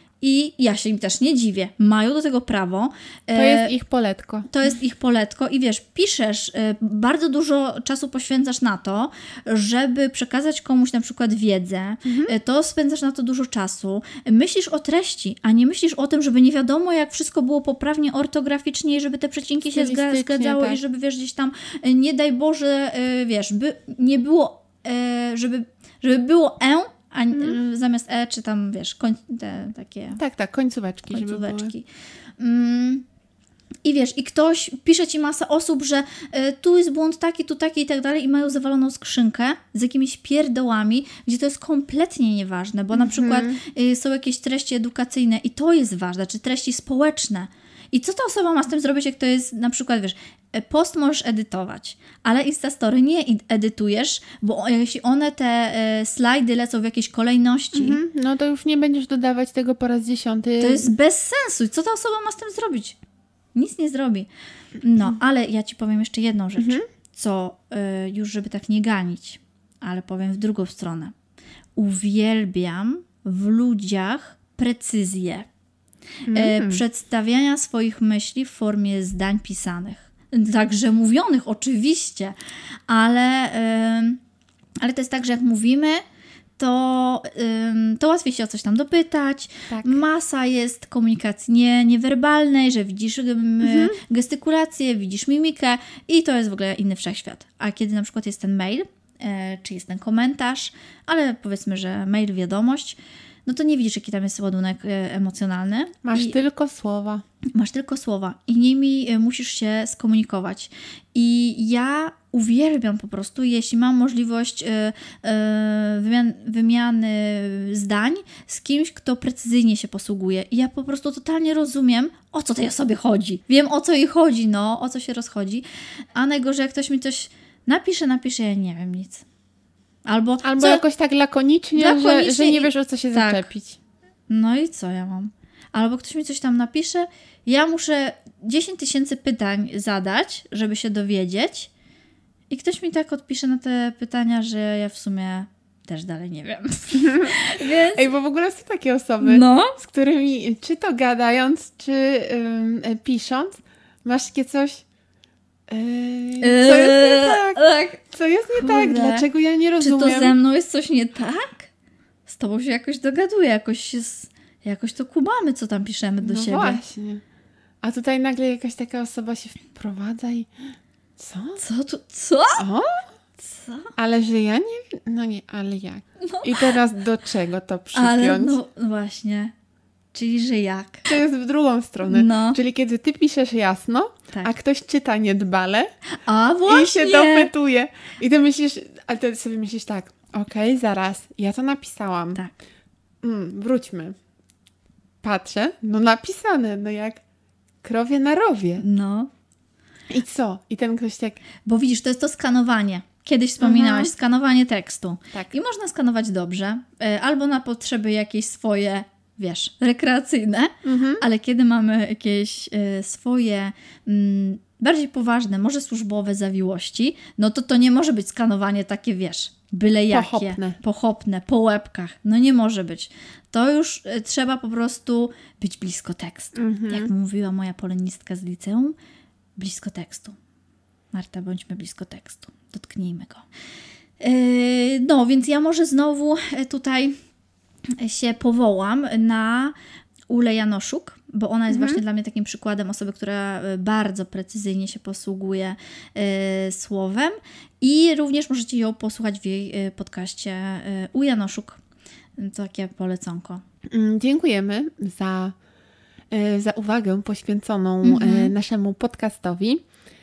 A: I ja się im też nie dziwię. Mają do tego prawo.
B: To jest ich poletko.
A: To jest ich poletko i wiesz, piszesz, bardzo dużo czasu poświęcasz na to, żeby przekazać komuś na przykład wiedzę. Mhm. To spędzasz na to dużo czasu. Myślisz o treści, a nie myślisz o tym, żeby nie wiadomo, jak wszystko było poprawnie ortograficznie i żeby te przecinki się zgadzały tak. i żeby, wiesz, gdzieś tam, nie daj Boże, wiesz, by nie było, żeby, żeby było e, a hmm. zamiast E, czy tam, wiesz, koń, te takie...
B: Tak, tak, końcóweczki.
A: Końcóweczki. Żeby mm, I wiesz, i ktoś, pisze ci masa osób, że y, tu jest błąd taki, tu taki i tak dalej i mają zawaloną skrzynkę z jakimiś pierdołami, gdzie to jest kompletnie nieważne, bo mm-hmm. na przykład y, są jakieś treści edukacyjne i to jest ważne, czy treści społeczne. I co ta osoba ma z tym zrobić, jak to jest na przykład, wiesz, post możesz edytować, ale Instastory nie edytujesz, bo jeśli one te e, slajdy lecą w jakiejś kolejności...
B: Mm-hmm. No to już nie będziesz dodawać tego po raz dziesiąty.
A: To jest bez sensu. Co ta osoba ma z tym zrobić? Nic nie zrobi. No, mm-hmm. ale ja ci powiem jeszcze jedną rzecz, mm-hmm. co y, już żeby tak nie ganić, ale powiem w drugą stronę. Uwielbiam w ludziach precyzję. Mm. Przedstawiania swoich myśli w formie zdań pisanych. Także mówionych oczywiście, ale, ale to jest tak, że jak mówimy, to, to łatwiej się o coś tam dopytać. Tak. Masa jest komunikacji nie, niewerbalnej, że widzisz mhm. gestykulację, widzisz mimikę i to jest w ogóle inny wszechświat. A kiedy na przykład jest ten mail, czy jest ten komentarz, ale powiedzmy, że mail, wiadomość, no to nie widzisz, jaki tam jest ładunek emocjonalny.
B: Masz
A: I
B: tylko słowa.
A: Masz tylko słowa i nimi musisz się skomunikować. I ja uwielbiam po prostu, jeśli mam możliwość y, y, wymian, wymiany zdań z kimś, kto precyzyjnie się posługuje. I ja po prostu totalnie rozumiem, o co tej osobie chodzi. Wiem, o co jej chodzi, no, o co się rozchodzi. A najgorzej, jak ktoś mi coś napisze, napisze, ja nie wiem nic. Albo,
B: Albo
A: co?
B: jakoś tak lakonicznie, lakonicznie że, że nie wiesz, o co się tak. zaczepić.
A: No i co ja mam? Albo ktoś mi coś tam napisze, ja muszę dziesięć tysięcy pytań zadać, żeby się dowiedzieć i ktoś mi tak odpisze na te pytania, że ja w sumie też dalej nie wiem. Więc...
B: Ej, bo w ogóle są takie osoby, no? z którymi czy to gadając, czy ym, pisząc, masz takie coś... Yy, co jest nie tak? tak. Co jest nie Kurde. tak? Dlaczego ja nie rozumiem?
A: Czy to ze mną jest coś nie tak? Z tobą się jakoś dogaduję, jakoś się... Z... Jakoś to kumamy, co tam piszemy do
B: no
A: siebie.
B: No właśnie. A tutaj nagle jakaś taka osoba się wprowadza i... Co?
A: Co tu? Co?
B: O?
A: Co?
B: Ale że ja nie... No nie, ale jak? No. I teraz do czego to przypiąć?
A: Ale no właśnie. Czyli, że jak?
B: To jest w drugą stronę.
A: No.
B: Czyli kiedy ty piszesz jasno, tak. a ktoś czyta niedbale
A: a, właśnie.
B: i się dopytuje. I ty myślisz... Ale ty sobie myślisz tak, okej, okay, zaraz, ja to napisałam.
A: Tak.
B: Mm, wróćmy. Patrzę, no napisane, no jak krowie na rowie.
A: No.
B: I co? I ten ktoś tak...
A: Bo widzisz, to jest to skanowanie. Kiedyś wspominałaś, mhm. skanowanie tekstu.
B: Tak.
A: I można skanować dobrze, albo na potrzeby jakieś swoje, wiesz, rekreacyjne, mhm. ale kiedy mamy jakieś swoje... Mm, bardziej poważne, może służbowe zawiłości, no to to nie może być skanowanie takie, wiesz, byle jakie.
B: Pochopne.
A: Pochopne, po łebkach. No nie może być. To już y, trzeba po prostu być blisko tekstu.
B: Mhm.
A: Jak mówiła moja polonistka z liceum, blisko tekstu. Marta, bądźmy blisko tekstu. Dotknijmy go. Yy, no, więc ja może znowu tutaj się powołam na Ulę Janoszuk, bo ona jest
B: Mhm.
A: właśnie dla mnie takim przykładem osoby, która bardzo precyzyjnie się posługuje y, słowem i również możecie ją posłuchać w jej y, podcaście y, U Janoszuk. Takie poleconko.
B: Mm, Dziękujemy za, e, za uwagę poświęconą
A: Mhm.
B: e, naszemu podcastowi.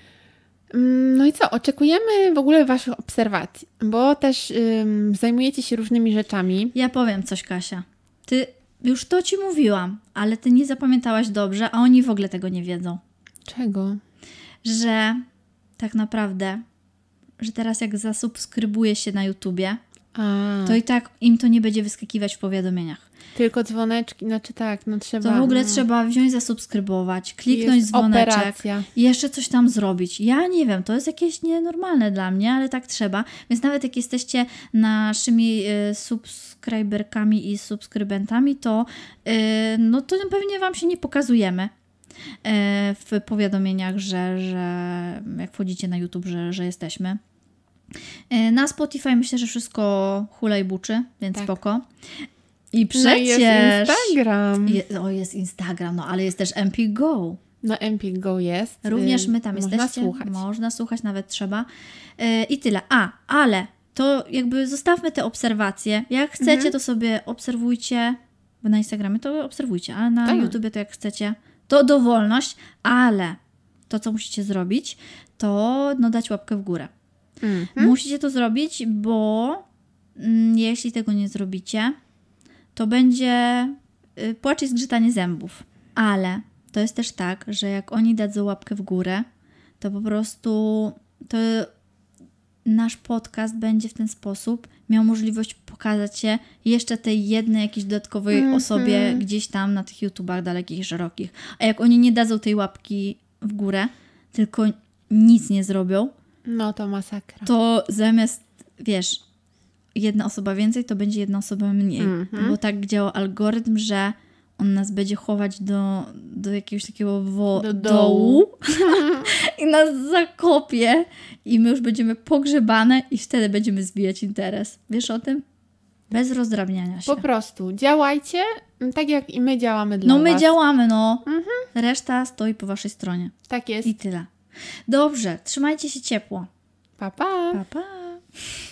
B: Mm, No i co? Oczekujemy w ogóle Waszych obserwacji, bo też ym, zajmujecie się różnymi rzeczami.
A: Ja powiem coś, Kasia. Ty, już to Ci mówiłam, ale Ty nie zapamiętałaś dobrze, a oni w ogóle tego nie wiedzą.
B: Czego?
A: Że tak naprawdę, że teraz jak zasubskrybujesz się na YouTubie,
B: A,
A: to i tak im to nie będzie wyskakiwać w powiadomieniach.
B: tylko dzwoneczki, znaczy tak, no trzeba...
A: To w ogóle
B: no.
A: trzeba wziąć, zasubskrybować, kliknąć
B: Jest
A: dzwoneczek
B: operacja.
A: i jeszcze coś tam zrobić. Ja nie wiem, to jest jakieś nienormalne dla mnie, ale tak trzeba. Więc nawet jak jesteście naszymi y, subskryberkami i subskrybentami, to, y, no to pewnie Wam się nie pokazujemy y, w powiadomieniach, że, że jak wchodzicie na YouTube, że, że jesteśmy. Y, Na Spotify myślę, że wszystko hula i buczy, więc
B: Tak.
A: spoko. I
B: No
A: przecież...
B: i jest Instagram.
A: Je, o, jest Instagram, no ale jest też M P Go.
B: No M P Go jest.
A: Również
B: y,
A: my tam
B: można
A: jesteście.
B: słuchać.
A: Można słuchać, nawet trzeba. Yy, I tyle. A, ale to jakby zostawmy te obserwacje. Jak chcecie,
B: Mhm.
A: to sobie obserwujcie, bo na Instagramie to obserwujcie, ale na
B: Tak.
A: YouTubie to jak chcecie. To dowolność, ale to, co musicie zrobić, to no dać łapkę w górę.
B: Mhm.
A: Musicie to zrobić, bo mm, jeśli tego nie zrobicie, to będzie y, płacz i zgrzytanie zębów. Ale to jest też tak, że jak oni dadzą łapkę w górę, to po prostu to nasz podcast będzie w ten sposób miał możliwość pokazać się jeszcze tej jednej jakiejś dodatkowej
B: Mhm.
A: osobie gdzieś tam na tych YouTubach dalekich i szerokich. A jak oni nie dadzą tej łapki w górę, tylko nic nie zrobią,
B: No to masakra.
A: to zamiast, wiesz, jedna osoba więcej, to będzie jedna osoba mniej.
B: Mhm.
A: Bo tak działa algorytm, że on nas będzie chować do, do jakiegoś takiego wo-
B: Do
A: dołu
B: dołu.
A: i nas zakopie i my już będziemy pogrzebane i wtedy będziemy zbijać interes. Wiesz o tym? Bez rozdrabniania się.
B: Po prostu działajcie tak, jak i my działamy dla
A: No my
B: was.
A: działamy, no.
B: Mhm.
A: Reszta stoi po waszej stronie.
B: Tak jest.
A: I tyle. Dobrze, trzymajcie się ciepło.
B: Pa, pa.
A: Pa, pa.